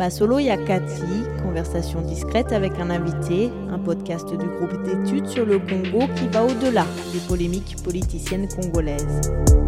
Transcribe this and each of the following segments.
Masolo Yakati, conversation discrète avec un invité, un podcast du groupe d'études sur le Congo qui va au-delà des polémiques politiciennes congolaises.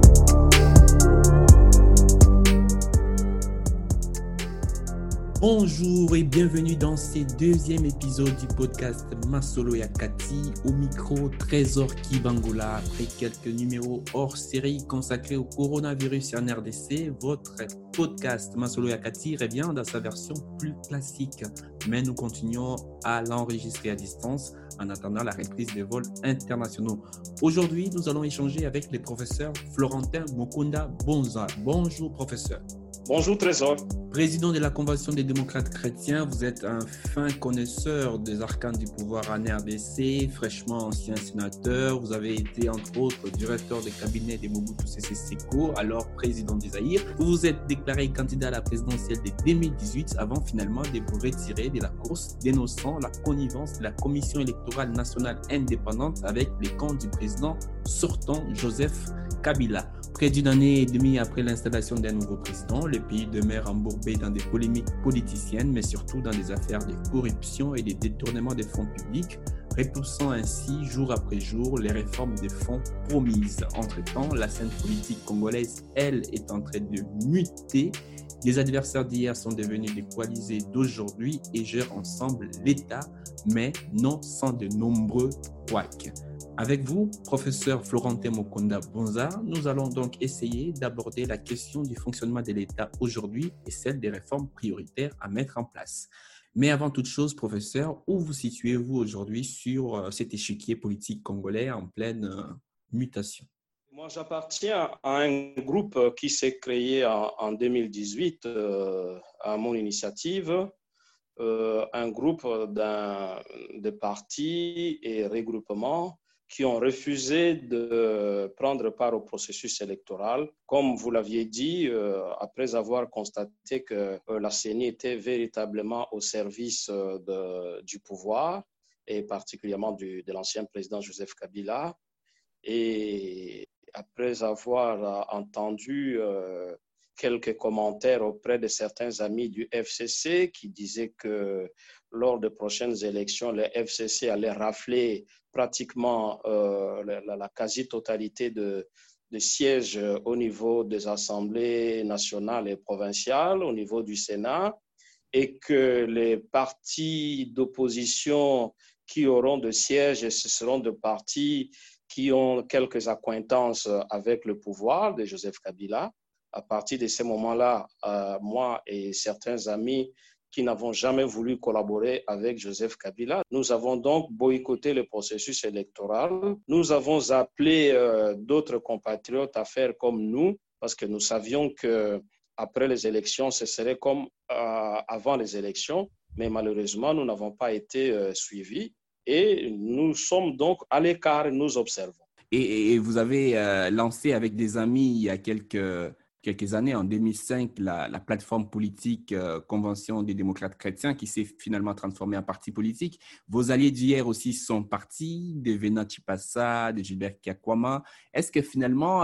Bonjour et bienvenue dans ce deuxième épisode du podcast Masolo Yakati, au micro Trésor Kibangola. Après quelques numéros hors série consacrés au coronavirus en RDC, votre podcast Masolo Yakati revient dans sa version plus classique. Mais nous continuons à l'enregistrer à distance en attendant la reprise des vols internationaux. Aujourd'hui, nous allons échanger avec le professeur Florentin Mokunda Bonza. Bonjour professeur. Bonjour Trésor. Président de la Convention des démocrates chrétiens, vous êtes un fin connaisseur des arcanes du pouvoir en RDC, fraîchement ancien sénateur. Vous avez été entre autres directeur de cabinet de Mobutu Sese Seko, alors président du Zaïre. Vous vous êtes déclaré candidat à la présidentielle de 2018 avant finalement de vous retirer de la course, dénonçant la connivence de la Commission électorale nationale indépendante avec les camps du président sortant Joseph Kabila. Près d'une année et demie après l'installation d'un nouveau président, le pays demeure embourbé dans des polémiques politiciennes, mais surtout dans des affaires de corruption et de détournement des fonds publics, repoussant ainsi jour après jour les réformes des fonds promises. Entre-temps, la scène politique congolaise, elle, est en train de muter. Les adversaires d'hier sont devenus des coalisés d'aujourd'hui et gèrent ensemble l'État, mais non sans de nombreux couacs. Avec vous, professeur Florentin Mokunda Bonza, nous allons donc essayer d'aborder la question du fonctionnement de l'État aujourd'hui et celle des réformes prioritaires à mettre en place. Mais avant toute chose, professeur, où vous situez-vous aujourd'hui sur cet échiquier politique congolais en pleine mutation? Moi, j'appartiens à un groupe qui s'est créé en 2018 à mon initiative, un groupe de partis et regroupements qui ont refusé de prendre part au processus électoral. Comme vous l'aviez dit, après avoir constaté que la CENI était véritablement au service du pouvoir, et particulièrement de l'ancien président Joseph Kabila, et après avoir entendu quelques commentaires auprès de certains amis du FCC qui disaient que lors des prochaines élections, le FCC allait rafler pratiquement la quasi-totalité de sièges au niveau des assemblées nationales et provinciales, au niveau du Sénat, et que les partis d'opposition qui auront de sièges, ce seront des partis qui ont quelques accointances avec le pouvoir de Joseph Kabila. À partir de ce moment-là, moi et certains amis qui n'avons jamais voulu collaborer avec Joseph Kabila, nous avons donc boycotté le processus électoral. Nous avons appelé d'autres compatriotes à faire comme nous, parce que nous savions qu'après les élections, ce serait comme avant les élections, mais malheureusement, nous n'avons pas été suivis. Et nous sommes donc à l'écart et nous observons. Et vous avez lancé avec des amis il y a quelques années, en 2005, la plateforme politique Convention des démocrates chrétiens qui s'est finalement transformée en parti politique. Vos alliés d'hier aussi sont partis, de Venant Chipassa, de Gilbert Kiakwama. Est-ce que finalement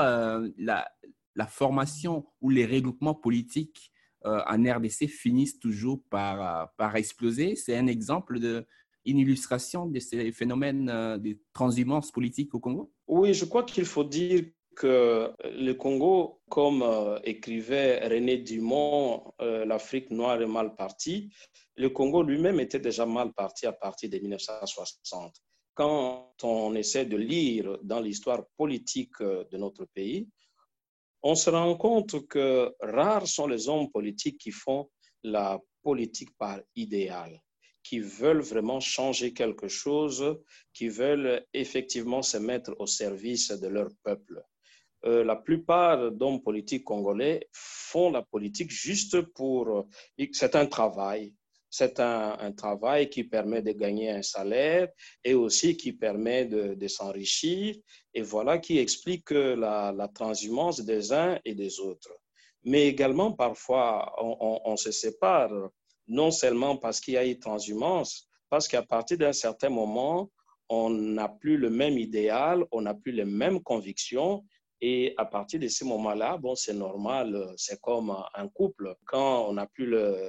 la formation ou les regroupements politiques en RDC finissent toujours par exploser? C'est un exemple une illustration de ces phénomènes de transhumance politique au Congo? Oui, je crois qu'il faut dire que le Congo, comme écrivait René Dumont, l'Afrique noire est mal partie, le Congo lui-même était déjà mal parti à partir de 1960. Quand on essaie de lire dans l'histoire politique de notre pays, on se rend compte que rares sont les hommes politiques qui font la politique par idéal, qui veulent vraiment changer quelque chose, qui veulent effectivement se mettre au service de leur peuple. La plupart d'hommes politiques congolais font la politique juste pour... C'est un travail. C'est un travail qui permet de gagner un salaire et aussi qui permet de s'enrichir. Et voilà qui explique la transhumance des uns et des autres. Mais également, parfois, on se sépare, non seulement parce qu'il y a eu transhumance, parce qu'à partir d'un certain moment, on n'a plus le même idéal, on n'a plus les mêmes convictions. Et à partir de ce moment-là, bon, c'est normal, c'est comme un couple. Quand on n'a plus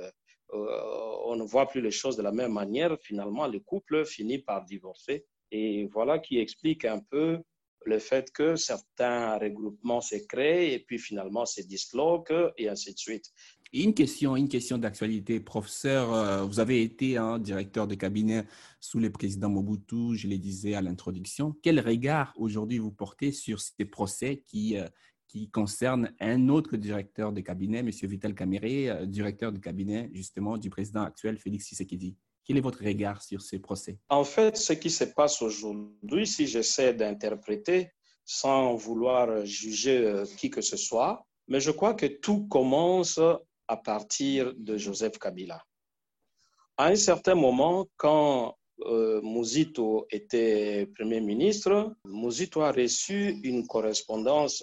on ne voit plus les choses de la même manière. Finalement, le couple finit par divorcer. Et voilà qui explique un peu le fait que certains regroupements se créent et puis finalement se disloquent et ainsi de suite. Une question d'actualité. Professeur, vous avez été un directeur de cabinet sous le président Mobutu, je le disais à l'introduction. Quel regard aujourd'hui vous portez sur ces procès qui concernent un autre directeur de cabinet, M. Vital Kamerhe, directeur de cabinet justement du président actuel Félix Tshisekedi? Quel est votre regard sur ces procès? En fait, ce qui se passe aujourd'hui, si j'essaie d'interpréter sans vouloir juger qui que ce soit, mais je crois que tout commence à partir de Joseph Kabila. À un certain moment, quand Muzito était Premier ministre, Muzito a reçu une correspondance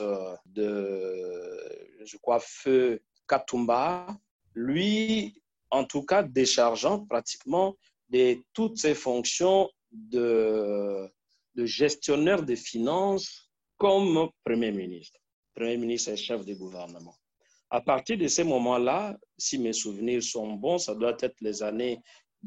de, je crois, Feu Katumba, lui, en tout cas, déchargeant pratiquement de toutes ses fonctions de gestionnaire des finances comme Premier ministre. Premier ministre et chef du gouvernement. À partir de ces moments-là, si mes souvenirs sont bons, ça doit être les années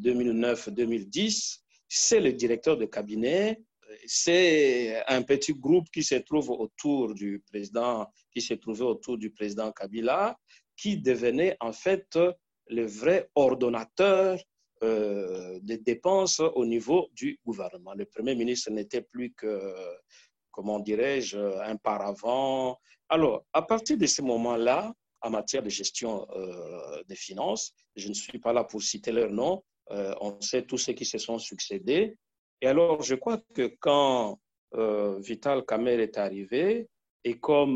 2009-2010, c'est le directeur de cabinet, c'est un petit groupe qui se trouve autour du président, qui se trouvait autour du président Kabila, qui devenait en fait le vrai ordonnateur des dépenses au niveau du gouvernement. Le Premier ministre n'était plus que, comment dirais-je, un paravent. Alors, à partir de ce moment-là, en matière de gestion des finances, je ne suis pas là pour citer leur nom, on sait tous ceux qui se sont succédés. Et alors, je crois que quand Vital Kamerhe est arrivé, et comme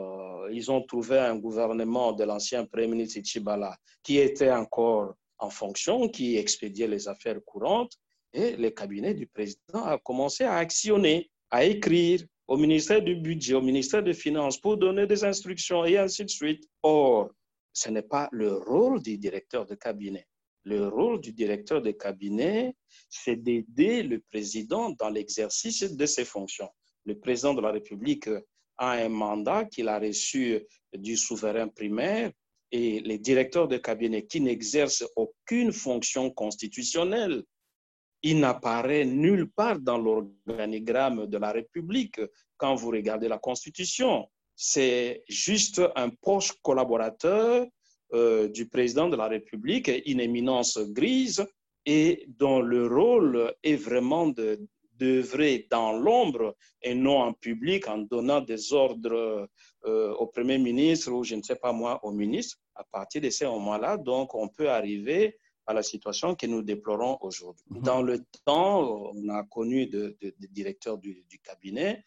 ils ont trouvé un gouvernement de l'ancien Premier ministre Tshibala qui était encore en fonction, qui expédiait les affaires courantes, et le cabinet du président a commencé à actionner, à écrire au ministère du Budget, au ministère des Finances pour donner des instructions et ainsi de suite. Or, ce n'est pas le rôle du directeur de cabinet. Le rôle du directeur de cabinet, c'est d'aider le président dans l'exercice de ses fonctions. Le président de la République a un mandat qu'il a reçu du souverain primaire et les directeurs de cabinet qui n'exercent aucune fonction constitutionnelle, il n'apparaît nulle part dans l'organigramme de la République. Quand vous regardez la Constitution, c'est juste un proche collaborateur du président de la République, une éminence grise, et dont le rôle est vraiment d'œuvrer dans l'ombre et non en public en donnant des ordres au Premier ministre ou je ne sais pas moi au ministre. À partir de ces moments-là, donc on peut arriver à la situation que nous déplorons aujourd'hui. Dans le temps, on a connu des directeurs du cabinet.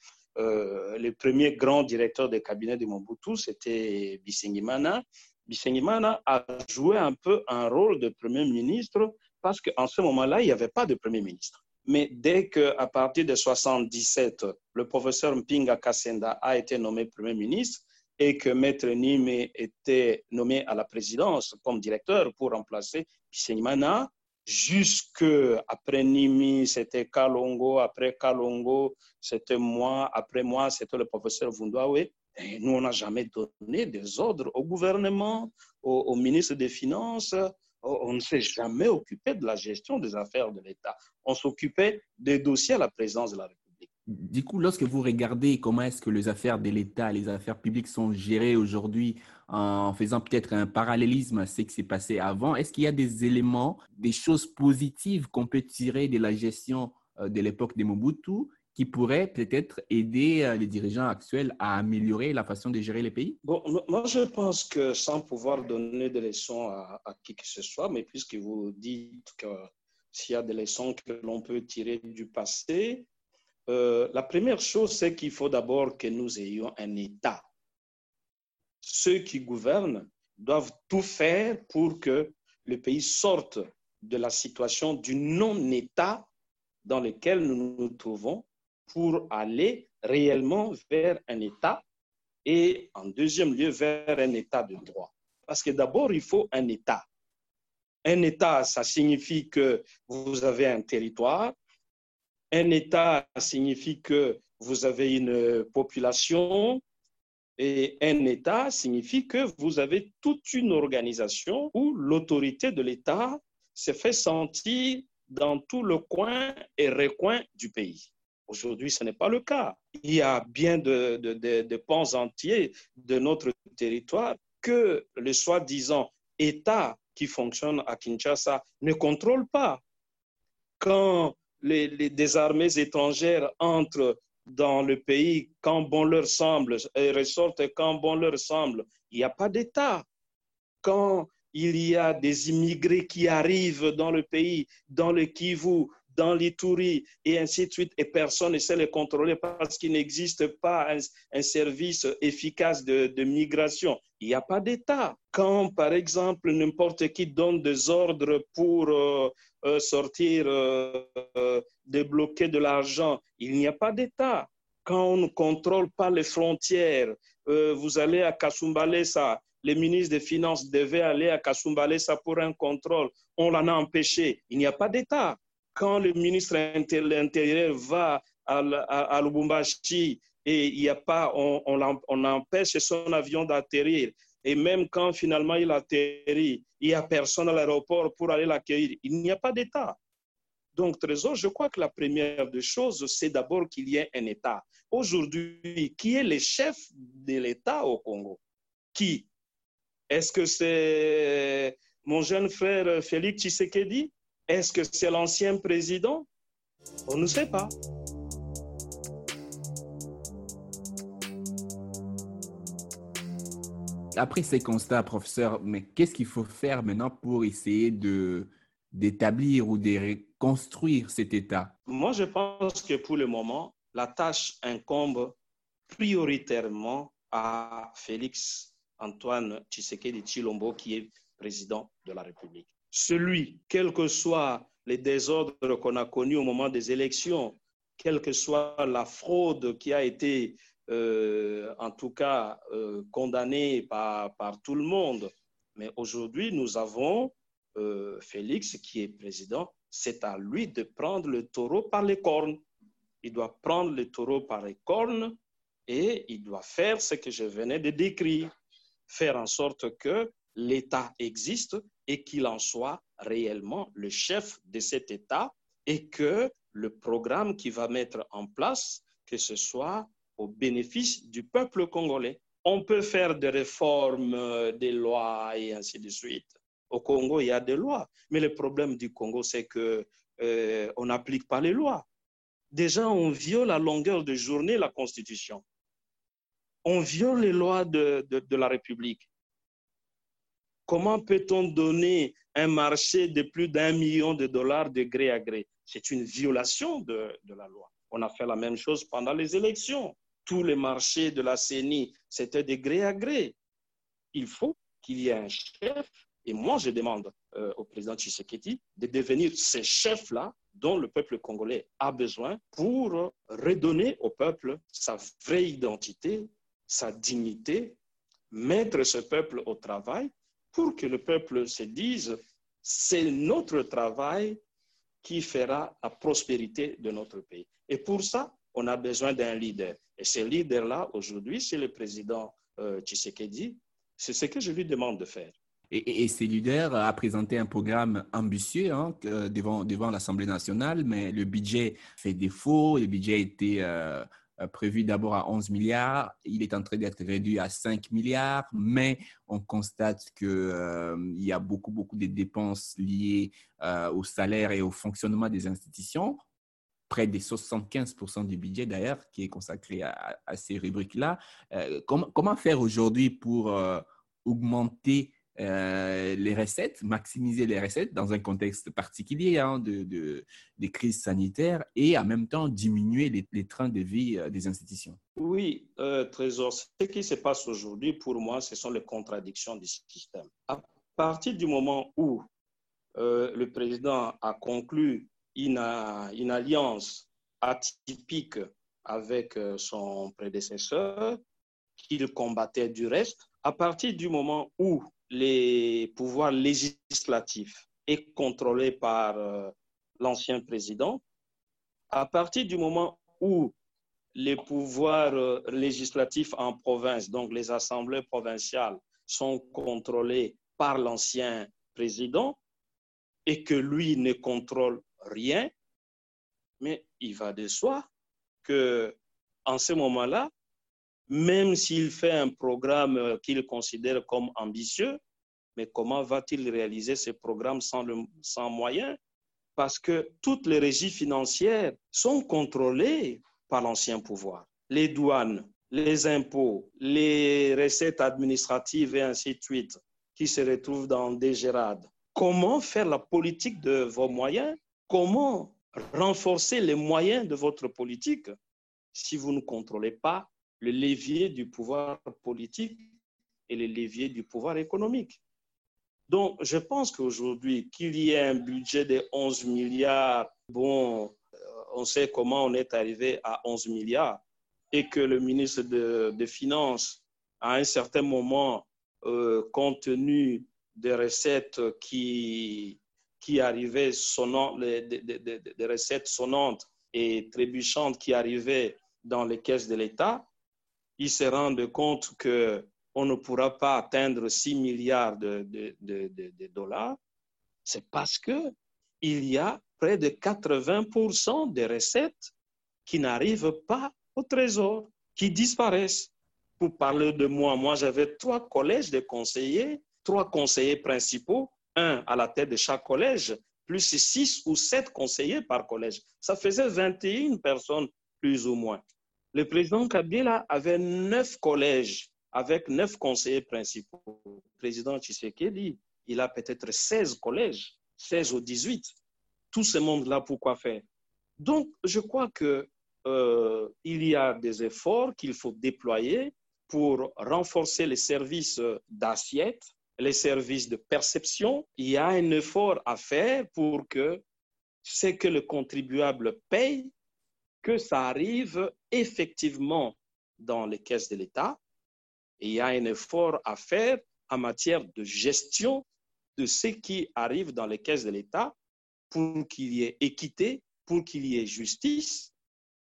Le premier grand directeur de cabinet de Mobutu, c'était Bisengimana. Bisengimana a joué un peu un rôle de Premier ministre parce qu'en ce moment-là, il n'y avait pas de Premier ministre. Mais dès qu'à partir de 1977, le professeur Mpinga Kasenda a été nommé Premier ministre et que Maître Nime était nommé à la présidence comme directeur pour remplacer Bisengimana, jusqu'après Nimi, c'était Kalongo, après Kalongo, c'était moi, après moi, c'était le professeur Vundawe. Et nous, on n'a jamais donné des ordres au gouvernement, au ministre des Finances. On ne s'est jamais occupé de la gestion des affaires de l'État. On s'occupait des dossiers à la présidence de la République. Du coup, lorsque vous regardez comment est-ce que les affaires de l'État, les affaires publiques sont gérées aujourd'hui en faisant peut-être un parallélisme à ce qui s'est passé avant, est-ce qu'il y a des éléments, des choses positives qu'on peut tirer de la gestion de l'époque de Mobutu qui pourraient peut-être aider les dirigeants actuels à améliorer la façon de gérer les pays? Bon, moi, je pense que sans pouvoir donner des leçons à qui que ce soit, mais puisque vous dites que s'il y a des leçons que l'on peut tirer du passé, la première chose, c'est qu'il faut d'abord que nous ayons un État. Ceux qui gouvernent doivent tout faire pour que le pays sorte de la situation du non-État dans lequel nous nous trouvons pour aller réellement vers un État et en deuxième lieu vers un État de droit. Parce que d'abord, il faut un État. Un État, ça signifie que vous avez un territoire. Un État signifie que vous avez une population Et un État signifie que vous avez toute une organisation où l'autorité de l'État se fait sentir dans tout le coin et recoin du pays. Aujourd'hui, ce n'est pas le cas. Il y a bien de pans entiers de notre territoire que le soi-disant État qui fonctionne à Kinshasa ne contrôle pas. Quand des armées étrangères entrent dans le pays quand bon leur semble et ressortent quand bon leur semble, il n'y a pas d'État. Quand il y a des immigrés qui arrivent dans le pays, dans le Kivu, dans l'Ituri et ainsi de suite, et personne ne sait les contrôler parce qu'il n'existe pas un service efficace de migration. Il n'y a pas d'État. Quand, par exemple, n'importe qui donne des ordres pour sortir, débloquer de l'argent, il n'y a pas d'État. Quand on ne contrôle pas les frontières, vous allez à Kasumbalesa, le ministre des Finances devait aller à Kasumbalesa pour un contrôle, on l'en a empêché. Il n'y a pas d'État. Quand le ministre de l'Intérieur va à Lubumbashi et il n'y a pas, on empêche son avion d'atterrir. Et même quand finalement il atterrit, il n'y a personne à l'aéroport pour aller l'accueillir. Il n'y a pas d'État. Donc, Trésor, je crois que la première des choses, c'est d'abord qu'il y ait un État. Aujourd'hui, qui est le chef de l'État au Congo? Qui? Est-ce que c'est mon jeune frère Félix Tshisekedi? Est-ce que c'est l'ancien président? On ne sait pas. Après ces constats, professeur, mais qu'est-ce qu'il faut faire maintenant pour essayer d'établir ou de reconstruire cet État? Moi, je pense que pour le moment, la tâche incombe prioritairement à Félix Antoine Tshisekedi Tshilombo, qui est président de la République. Celui, quels que soient les désordres qu'on a connus au moment des élections, quelle que soit la fraude qui a été, en tout cas, condamnée par tout le monde. Mais aujourd'hui, nous avons Félix qui est président. C'est à lui de prendre le taureau par les cornes. Il doit prendre le taureau par les cornes et il doit faire ce que je venais de décrire. Faire en sorte que l'État existe et qu'il en soit réellement le chef de cet État et que le programme qu'il va mettre en place, que ce soit au bénéfice du peuple congolais. On peut faire des réformes, des lois et ainsi de suite. Au Congo, il y a des lois, mais le problème du Congo, c'est qu'on n'applique pas les lois. Déjà, on viole à longueur de journée la Constitution. On viole les lois de la République. Comment peut-on donner un marché de plus d'1 million de dollars de gré à gré? C'est une violation de la loi. On a fait la même chose pendant les élections. Tous les marchés de la CENI, c'était de gré à gré. Il faut qu'il y ait un chef. Et moi, je demande au président Tshisekedi de devenir ce chef-là dont le peuple congolais a besoin pour redonner au peuple sa vraie identité, sa dignité, mettre ce peuple au travail pour que le peuple se dise « c'est notre travail qui fera la prospérité de notre pays ». Et pour ça, on a besoin d'un leader. Et ce leader-là, aujourd'hui, c'est le président Tshisekedi. C'est ce que je lui demande de faire. Et ces leaders a présenté un programme ambitieux devant l'Assemblée nationale, mais le budget fait défaut. Le budget a été prévu d'abord à 11 milliards. Il est en train d'être réduit à 5 milliards, mais on constate qu'il y a beaucoup de dépenses liées au salaire et au fonctionnement des institutions. Près de 75% du budget, d'ailleurs, qui est consacré à ces rubriques-là. Comment faire aujourd'hui pour augmenter les recettes, maximiser les recettes dans un contexte particulier des crises sanitaires et en même temps diminuer les trains de vie des institutions? Oui, Trésor, ce qui se passe aujourd'hui, pour moi, ce sont les contradictions du système. À partir du moment où le président a conclu une alliance atypique avec son prédécesseur, qu'il combattait du reste, à partir du moment où les pouvoirs législatifs est contrôlé par l'ancien président, à partir du moment où les pouvoirs législatifs en province, donc les assemblées provinciales, sont contrôlés par l'ancien président et que lui ne contrôle rien, mais il va de soi qu'en ce moment-là, même s'il fait un programme qu'il considère comme ambitieux, mais comment va-t-il réaliser ce programme sans moyens? Parce que toutes les régies financières sont contrôlées par l'ancien pouvoir. Les douanes, les impôts, les recettes administratives et ainsi de suite, qui se retrouvent dans des gérades. Comment faire la politique de vos moyens? Comment renforcer les moyens de votre politique si vous ne contrôlez pas le levier du pouvoir politique et le levier du pouvoir économique? Donc, je pense qu'aujourd'hui, qu'il y ait un budget de 11 milliards, bon, on sait comment on est arrivé à 11 milliards, et que le ministre des Finances, à un certain moment, compte tenu des recettes qui arrivaient sonnantes, des recettes sonnantes et trébuchantes qui arrivaient dans les caisses de l'État, il se rend compte qu'on ne pourra pas atteindre 6 milliards de dollars. C'est parce qu'il y a près de 80% des recettes qui n'arrivent pas au trésor, qui disparaissent. Pour parler de moi, j'avais 3 collèges de conseillers, 3 conseillers principaux, un à la tête de chaque collège, plus 6 ou 7 conseillers par collège. Ça faisait 21 personnes, plus ou moins. Le président Kabila avait 9 collèges avec 9 conseillers principaux. Le président Tshisekedi, il a peut-être 16 collèges, 16 ou 18. Tout ce monde-là, pourquoi faire? Donc, je crois qu'il y a des efforts qu'il faut déployer pour renforcer les services d'assiette, les services de perception. Il y a un effort à faire pour que ce que le contribuable paye, que ça arrive effectivement dans les caisses de l'État. Et il y a un effort à faire en matière de gestion de ce qui arrive dans les caisses de l'État pour qu'il y ait équité, pour qu'il y ait justice,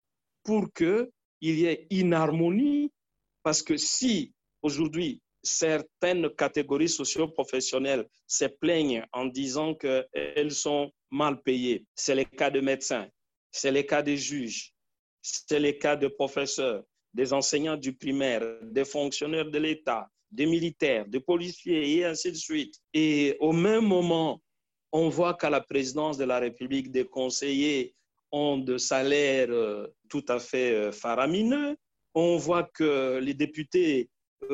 pour qu'il y ait une harmonie. Parce que si aujourd'hui certaines catégories socio-professionnelles se plaignent en disant qu'elles sont mal payées, c'est le cas de médecins, c'est le cas des juges, c'est le cas de professeurs, des enseignants du primaire, des fonctionnaires de l'État, des militaires, des policiers et ainsi de suite. Et au même moment, on voit qu'à la présidence de la République, des conseillers ont des salaires tout à fait faramineux. On voit que les députés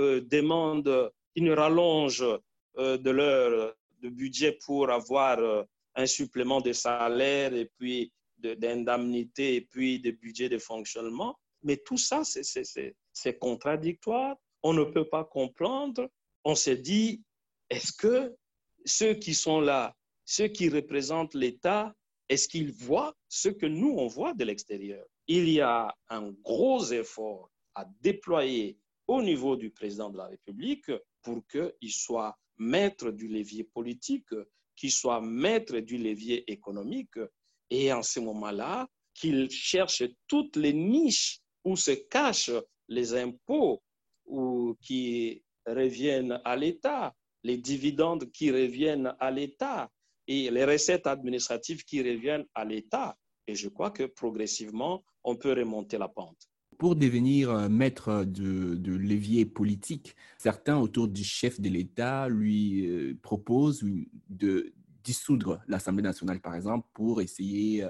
demandent une rallonge de leur budget pour avoir un supplément de salaire et puis d'indemnité et puis de budget de fonctionnement. Mais tout ça, c'est contradictoire. On ne peut pas comprendre. On se dit, est-ce que ceux qui sont là, ceux qui représentent l'État, est-ce qu'ils voient ce que nous, on voit de l'extérieur? Il y a un gros effort à déployer au niveau du président de la République pour qu'il soit maître du levier politique, qu'il soit maître du levier économique. Et en ce moment-là, qu'il cherche toutes les niches où se cachent les impôts ou qui reviennent à l'État, les dividendes qui reviennent à l'État et les recettes administratives qui reviennent à l'État. Et je crois que progressivement, on peut remonter la pente. Pour devenir maître de levier politique, certains autour du chef de l'État lui proposent de dissoudre l'Assemblée nationale, par exemple, pour essayer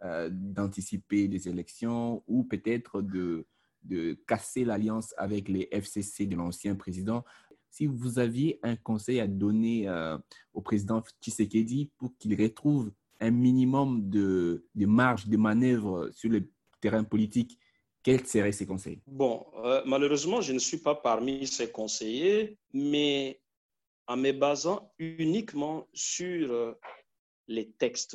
d'anticiper des élections ou peut-être de casser l'alliance avec les FCC de l'ancien président. Si vous aviez un conseil à donner au président Tshisekedi pour qu'il retrouve un minimum de marge de manœuvre sur le terrain politique, quels seraient ces conseils? Bon, malheureusement, je ne suis pas parmi ces conseillers, mais en me basant uniquement sur les textes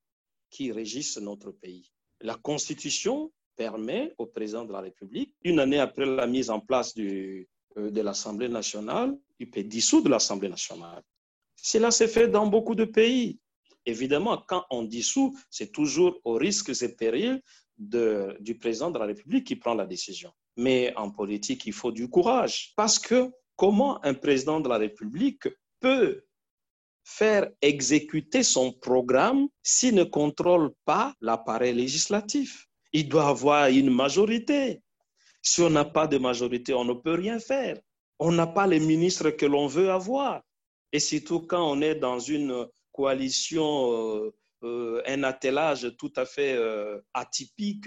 qui régissent notre pays. La Constitution permet au président de la République, une année après la mise en place de l'Assemblée nationale, il peut dissoudre l'Assemblée nationale. Cela s'est fait dans beaucoup de pays. Évidemment, quand on dissout, c'est toujours aux risques et périls du président de la République qui prend la décision. Mais en politique, il faut du courage. Parce que comment un président de la République peut faire exécuter son programme s'il ne contrôle pas l'appareil législatif? Il doit avoir une majorité. Si on n'a pas de majorité, on ne peut rien faire. On n'a pas les ministres que l'on veut avoir. Et surtout quand on est dans une coalition, un attelage tout à fait atypique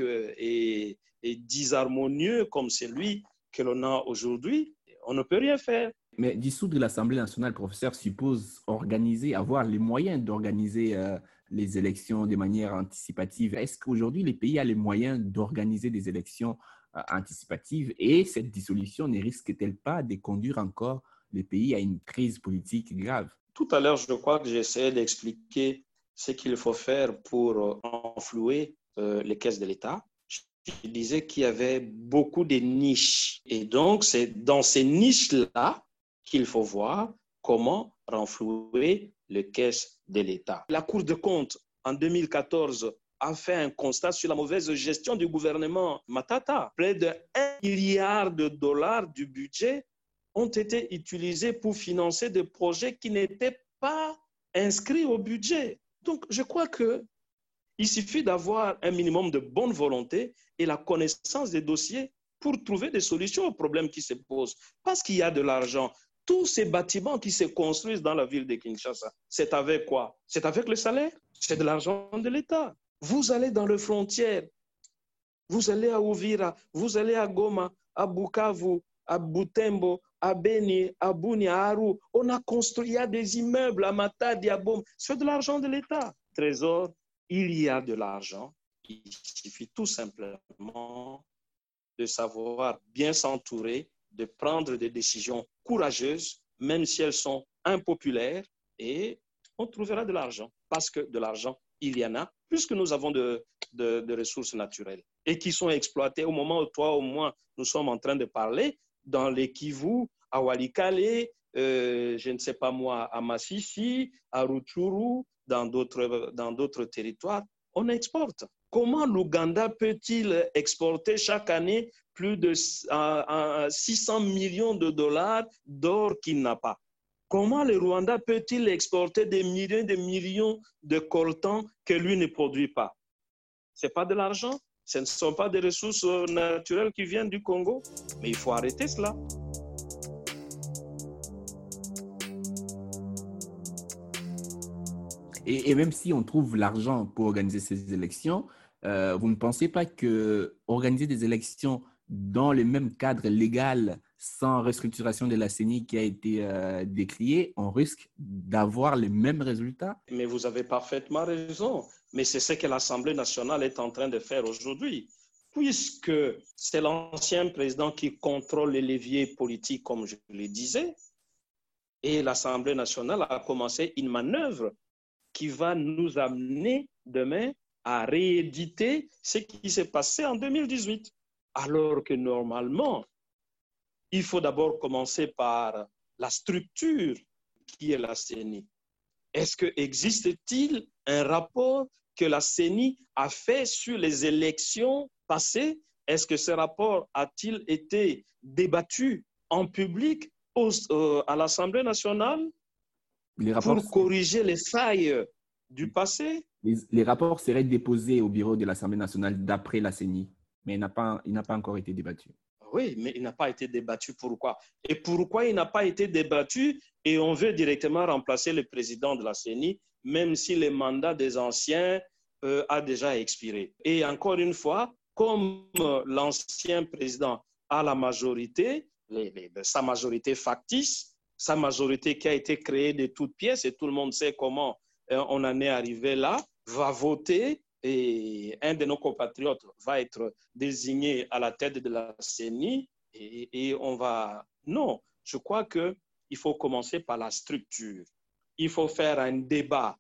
et disharmonieux comme celui que l'on a aujourd'hui, on ne peut rien faire. Mais dissoudre l'Assemblée nationale, professeur, suppose avoir les moyens d'organiser les élections de manière anticipative. Est-ce qu'aujourd'hui, les pays ont les moyens d'organiser des élections anticipatives et cette dissolution ne risque-t-elle pas de conduire encore les pays à une crise politique grave? Tout à l'heure, je crois que j'essayais d'expliquer ce qu'il faut faire pour renflouer les caisses de l'État. Je disais qu'il y avait beaucoup de niches. Et donc, c'est dans ces niches-là qu'il faut voir comment renflouer les caisses de l'État. La Cour des comptes, en 2014, a fait un constat sur la mauvaise gestion du gouvernement Matata. Près de 1 milliard de dollars du budget ont été utilisés pour financer des projets qui n'étaient pas inscrits au budget. Donc, je crois qu'il suffit d'avoir un minimum de bonne volonté et la connaissance des dossiers pour trouver des solutions aux problèmes qui se posent. Parce qu'il y a de l'argent. Tous ces bâtiments qui se construisent dans la ville de Kinshasa, c'est avec quoi? C'est avec le salaire? C'est de l'argent de l'État. Vous allez dans les frontières, vous allez à Uvira, vous allez à Goma, à Bukavu, à Butembo, à Beni, à Bunia, à Aru. On a construit, il y a des immeubles à Matadi, à Bom. C'est de l'argent de l'État. Trésor, il y a de l'argent. Il suffit tout simplement de savoir bien s'entourer, de prendre des décisions courageuses, même si elles sont impopulaires, et on trouvera de l'argent. Parce que de l'argent, il y en a, puisque nous avons de ressources naturelles et qui sont exploitées au moment où toi, au moins, nous sommes en train de parler, dans les Kivu, à Walikale, je ne sais pas moi, à Massissi, à Rutshuru, dans d'autres territoires, on exporte. Comment l'Ouganda peut-il exporter chaque année plus de 600 millions de dollars d'or qu'il n'a pas? Comment le Rwanda peut-il exporter des millions de coltans que lui ne produit pas? Ce n'est pas de l'argent, ce ne sont pas des ressources naturelles qui viennent du Congo, mais il faut arrêter cela. Et même si on trouve l'argent pour organiser ces élections, vous ne pensez pas qu'organiser des élections dans le même cadre légal, sans restructuration de la CENI qui a été décriée, on risque d'avoir les mêmes résultats? Mais vous avez parfaitement raison. Mais c'est ce que l'Assemblée nationale est en train de faire aujourd'hui. Puisque c'est l'ancien président qui contrôle les leviers politiques, comme je le disais, et l'Assemblée nationale a commencé une manœuvre qui va nous amener demain à rééditer ce qui s'est passé en 2018. Alors que normalement, il faut d'abord commencer par la structure qui est la CENI. Est-ce qu'existe-t-il un rapport que la CENI a fait sur les élections passées? Est-ce que ce rapport a-t-il été débattu en public à l'Assemblée nationale pour corriger les failles du passé? Les rapports seraient déposés au bureau de l'Assemblée nationale d'après la CENI, mais il n'a pas encore été débattu. Oui, mais il n'a pas été débattu. Pourquoi? Et pourquoi il n'a pas été débattu et on veut directement remplacer le président de la CENI, même si le mandat des anciens a déjà expiré? Et encore une fois, comme l'ancien président a la majorité, sa majorité factice, sa majorité qui a été créée de toutes pièces, et tout le monde sait comment on en est arrivé là, va voter et un de nos compatriotes va être désigné à la tête de la CENI et on va... Non, je crois qu'il faut commencer par la structure. Il faut faire un débat.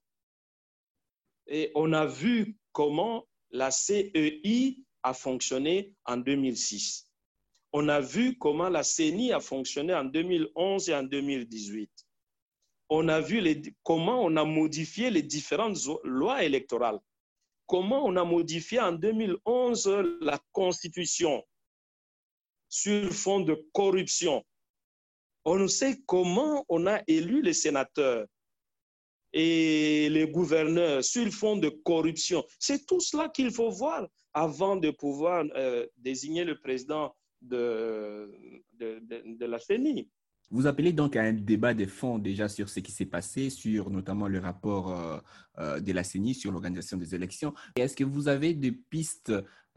Et on a vu comment la CEI a fonctionné en 2006. On a vu comment la CENI a fonctionné en 2011 et en 2018. On a vu comment on a modifié les différentes lois électorales. comment on a modifié en 2011 la Constitution sur fond de corruption. On sait comment on a élu les sénateurs et les gouverneurs sur fond de corruption. C'est tout cela qu'il faut voir avant de pouvoir désigner le président de la CENI. Vous appelez donc à un débat de fond déjà sur ce qui s'est passé, sur notamment le rapport de la CENI sur l'organisation des élections. Est-ce que vous avez des pistes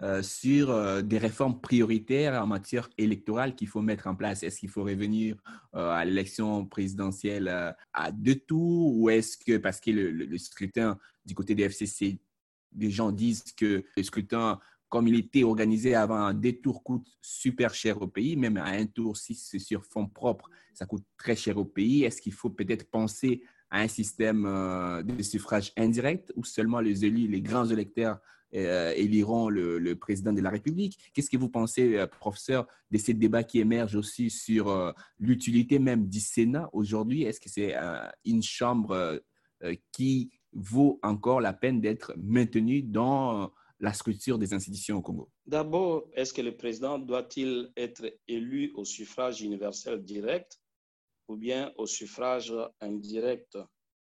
sur des réformes prioritaires en matière électorale qu'il faut mettre en place? Est-ce qu'il faut revenir à l'élection présidentielle à 2 tours, ou est-ce que, parce que le scrutin du côté des FCC, des gens disent que le scrutin, comme il était organisé avant, 2 tours coûte super cher au pays, même à 1 tour, si c'est sur fonds propres, ça coûte très cher au pays. Est-ce qu'il faut peut-être penser à un système de suffrage indirect où seulement les élus, les grands électeurs éliront le président de la République? Qu'est-ce que vous pensez, professeur, de ces débats qui émergent aussi sur l'utilité même du Sénat aujourd'hui? Est-ce que c'est une chambre qui vaut encore la peine d'être maintenue dans la structure des institutions au Congo? D'abord, est-ce que le président doit-il être élu au suffrage universel direct ou bien au suffrage indirect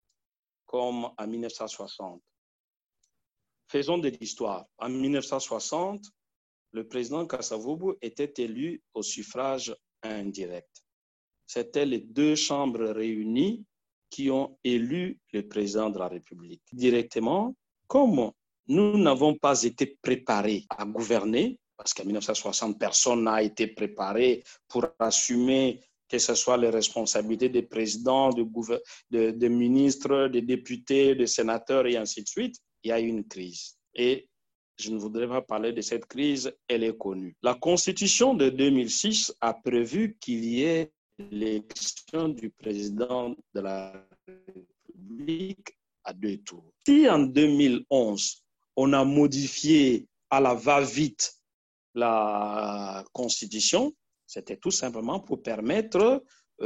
comme en 1960? Faisons de l'histoire. En 1960, le président Kasavubu était élu au suffrage indirect. C'était les 2 chambres réunies qui ont élu le président de la République. Directement, comme nous n'avons pas été préparés à gouverner, parce qu'en 1960, personne n'a été préparé pour assumer que ce soit les responsabilités des présidents, des ministres, des députés, des sénateurs et ainsi de suite, il y a eu une crise. Et je ne voudrais pas parler de cette crise, elle est connue. La Constitution de 2006 a prévu qu'il y ait l'élection du président de la République à 2 tours. Si en 2011, on a modifié à la va-vite la Constitution, c'était tout simplement pour permettre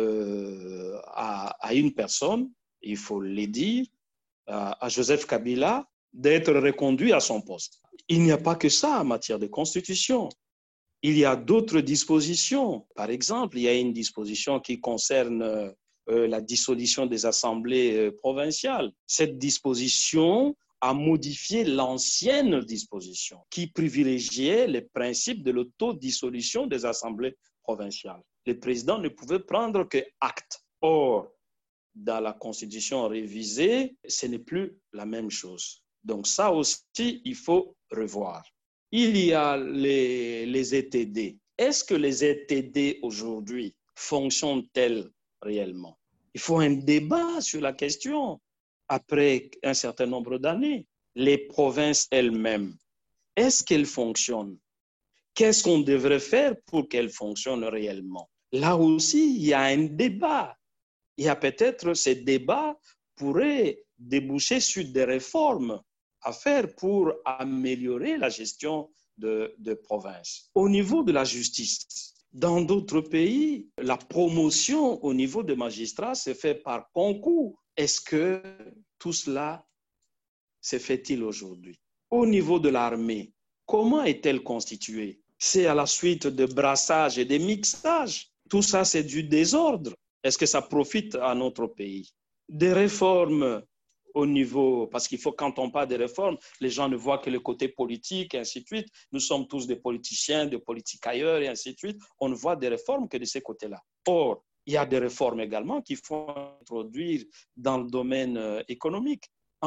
à une personne, il faut le dire, à Joseph Kabila, d'être reconduit à son poste. Il n'y a pas que ça en matière de Constitution. Il y a d'autres dispositions. Par exemple, il y a une disposition qui concerne la dissolution des assemblées provinciales. Cette disposition a modifié l'ancienne disposition qui privilégiait les principes de l'autodissolution des assemblées provinciales. Le président ne pouvait prendre que acte. Or, dans la Constitution révisée, ce n'est plus la même chose. Donc ça aussi, il faut revoir. Il y a les ETD. Est-ce que les ETD aujourd'hui fonctionnent-elles réellement? Il faut un débat sur la question après un certain nombre d'années. Les provinces elles-mêmes, est-ce qu'elles fonctionnent? Qu'est-ce qu'on devrait faire pour qu'elles fonctionnent réellement? Là aussi, il y a un débat. Il y a peut-être ces débats pourraient déboucher sur des réformes à faire pour améliorer la gestion de provinces. Au niveau de la justice, dans d'autres pays, la promotion au niveau des magistrats se fait par concours. Est-ce que tout cela se fait-il aujourd'hui? Au niveau de l'armée, comment est-elle constituée? C'est à la suite de brassages et de mixages. Tout ça, c'est du désordre. Est-ce que ça profite à notre pays? Des réformes au niveau, parce qu'il faut, quand on parle de réformes, les gens ne voient que le côté politique et ainsi de suite. Nous sommes tous des politiciens, des politicailleurs et ainsi de suite. On ne voit des réformes que de ces côtés-là. Or, il y a des réformes également qu'il faut introduire dans le domaine économique. En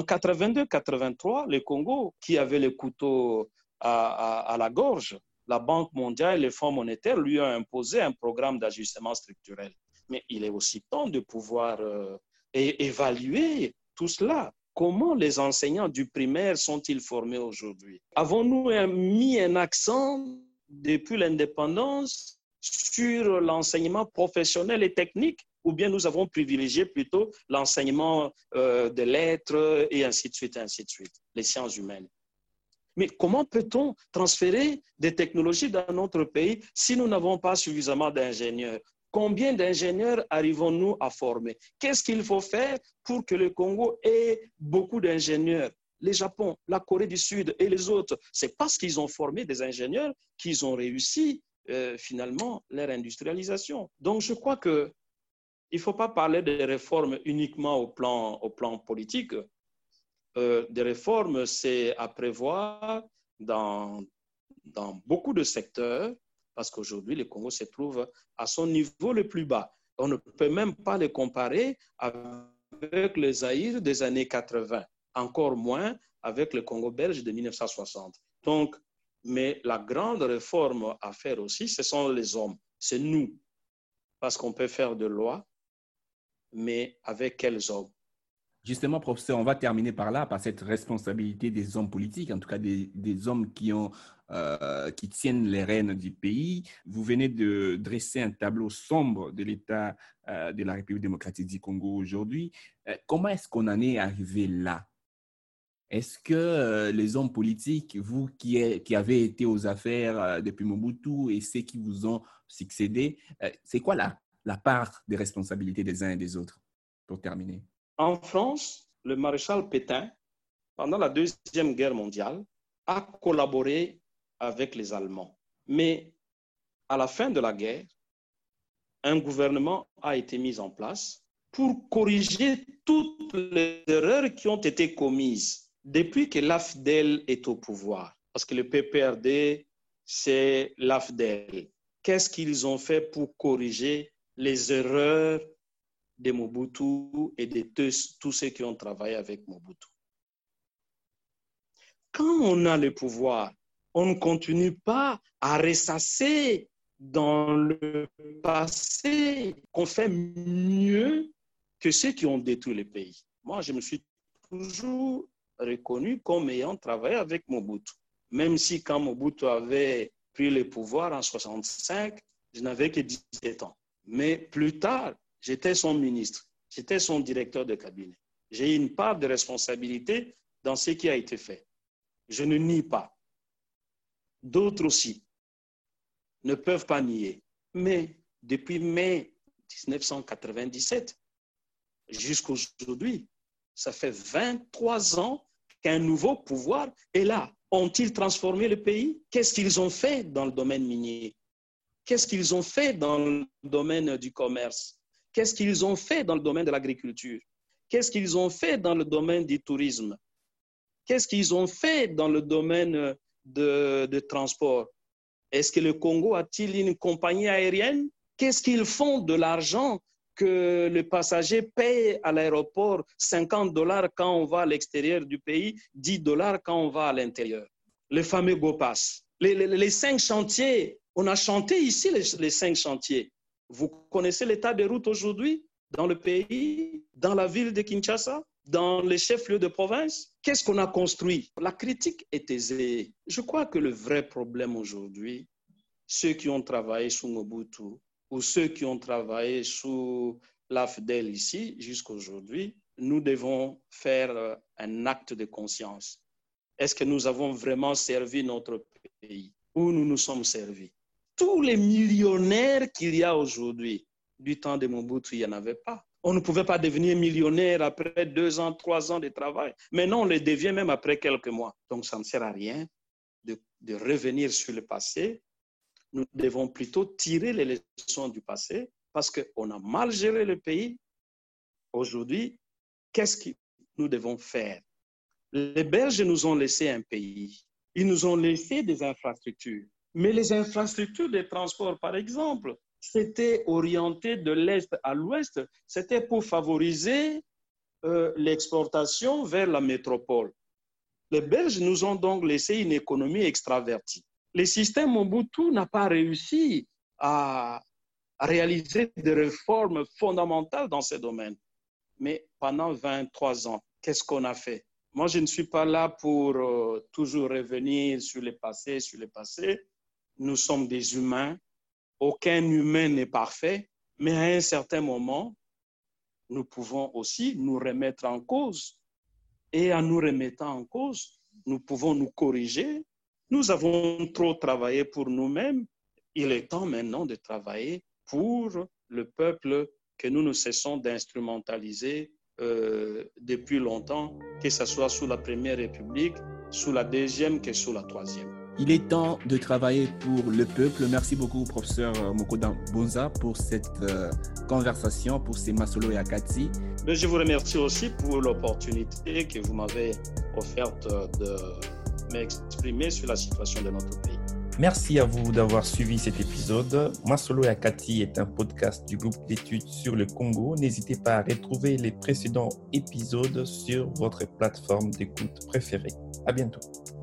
82-83, le Congo, qui avait le couteau à la gorge, la Banque mondiale et le Fonds monétaire lui ont imposé un programme d'ajustement structurel. Mais il est aussi temps de pouvoir évaluer tout cela. Comment les enseignants du primaire sont-ils formés aujourd'hui? Avons-nous mis un accent depuis l'indépendance sur l'enseignement professionnel et technique, ou bien nous avons privilégié plutôt l'enseignement de lettres et ainsi de suite, les sciences humaines? Mais comment peut-on transférer des technologies dans notre pays si nous n'avons pas suffisamment d'ingénieurs? Combien d'ingénieurs arrivons-nous à former? Qu'est-ce qu'il faut faire pour que le Congo ait beaucoup d'ingénieurs? le Japon, la Corée du Sud et les autres, c'est parce qu'ils ont formé des ingénieurs qu'ils ont réussi finalement leur industrialisation. Donc je crois qu'il ne faut pas parler de réformes uniquement au plan politique. Des réformes, c'est à prévoir dans beaucoup de secteurs, parce qu'aujourd'hui, le Congo se trouve à son niveau le plus bas. On ne peut même pas le comparer avec le Zaïre des années 80, encore moins avec le Congo belge de 1960. Donc, mais la grande réforme à faire aussi, ce sont les hommes, c'est nous. Parce qu'on peut faire de loi, mais avec quels hommes? Justement, professeur, on va terminer par là, par cette responsabilité des hommes politiques, en tout cas des hommes qui tiennent les rênes du pays. Vous venez de dresser un tableau sombre de l'état de la République démocratique du Congo aujourd'hui. Comment est-ce qu'on en est arrivé là? Est-ce que les hommes politiques, vous qui avez été aux affaires depuis Mobutu et ceux qui vous ont succédé, c'est quoi la part des responsabilités des uns et des autres, pour terminer? En France, le maréchal Pétain, pendant la Deuxième Guerre mondiale, a collaboré avec les Allemands. Mais à la fin de la guerre, un gouvernement a été mis en place pour corriger toutes les erreurs qui ont été commises depuis que l'AFDEL est au pouvoir. Parce que le PPRD, c'est l'AFDEL. Qu'est-ce qu'ils ont fait pour corriger les erreurs de Mobutu et de tous ceux qui ont travaillé avec Mobutu? Quand on a le pouvoir, on ne continue pas à ressasser dans le passé qu'on fait mieux que ceux qui ont détruit le pays. Moi, je me suis toujours reconnu comme ayant travaillé avec Mobutu. Même si quand Mobutu avait pris le pouvoir en 1965, je n'avais que 17 ans. Mais plus tard, j'étais son ministre, j'étais son directeur de cabinet. J'ai une part de responsabilité dans ce qui a été fait. Je ne nie pas. D'autres aussi ne peuvent pas nier. Mais depuis mai 1997 jusqu'à aujourd'hui, ça fait 23 ans qu'un nouveau pouvoir est là. Ont-ils transformé le pays? Qu'est-ce qu'ils ont fait dans le domaine minier? Qu'est-ce qu'ils ont fait dans le domaine du commerce? Qu'est-ce qu'ils ont fait dans le domaine de l'agriculture? Qu'est-ce qu'ils ont fait dans le domaine du tourisme? Qu'est-ce qu'ils ont fait dans le domaine de transport? Est-ce que le Congo a-t-il une compagnie aérienne? Qu'est-ce qu'ils font de l'argent que le passager paye à l'aéroport? $50 quand on va à l'extérieur du pays, $10 quand on va à l'intérieur. Le fameux GoPass. Les 5 chantiers, on a chanté ici les 5 chantiers. Vous connaissez l'état des routes aujourd'hui dans le pays, dans la ville de Kinshasa, dans les chefs-lieux de province? Qu'est-ce qu'on a construit? La critique est aisée. Je crois que le vrai problème aujourd'hui, ceux qui ont travaillé sous Mobutu ou ceux qui ont travaillé sous l'AFDEL ici jusqu'à aujourd'hui, nous devons faire un acte de conscience. Est-ce que nous avons vraiment servi notre pays ou nous nous sommes servis? Tous les millionnaires qu'il y a aujourd'hui, du temps de Mobutu, il n'y en avait pas. On ne pouvait pas devenir millionnaire après 2 ans, 3 ans de travail. Maintenant, on le devient même après quelques mois. Donc, ça ne sert à rien de revenir sur le passé. Nous devons plutôt tirer les leçons du passé parce qu'on a mal géré le pays. Aujourd'hui, qu'est-ce que nous devons faire? Les Belges nous ont laissé un pays. Ils nous ont laissé des infrastructures. Mais les infrastructures de transport, par exemple, c'était orienté de l'Est à l'Ouest. C'était pour favoriser l'exportation vers la métropole. Les Belges nous ont donc laissé une économie extravertie. Le système Mobutu n'a pas réussi à réaliser des réformes fondamentales dans ces domaines. Mais pendant 23 ans, qu'est-ce qu'on a fait? Moi, je ne suis pas là pour toujours revenir sur le passé, Nous sommes des humains. Aucun humain n'est parfait. Mais à un certain moment, nous pouvons aussi nous remettre en cause. Et en nous remettant en cause, nous pouvons nous corriger. Nous avons trop travaillé pour nous-mêmes. Il est temps maintenant de travailler pour le peuple que nous ne cessons d'instrumentaliser depuis longtemps, que ce soit sous la Première République, sous la Deuxième que sous la Troisième. Il est temps de travailler pour le peuple. Merci beaucoup, professeur Mokoda Bonza, pour cette conversation, pour ces Masolo et Akati. Je vous remercie aussi pour l'opportunité que vous m'avez offerte de m'exprimer sur la situation de notre pays. Merci à vous d'avoir suivi cet épisode. Masolo et Akati est un podcast du groupe d'études sur le Congo. N'hésitez pas à retrouver les précédents épisodes sur votre plateforme d'écoute préférée. À bientôt.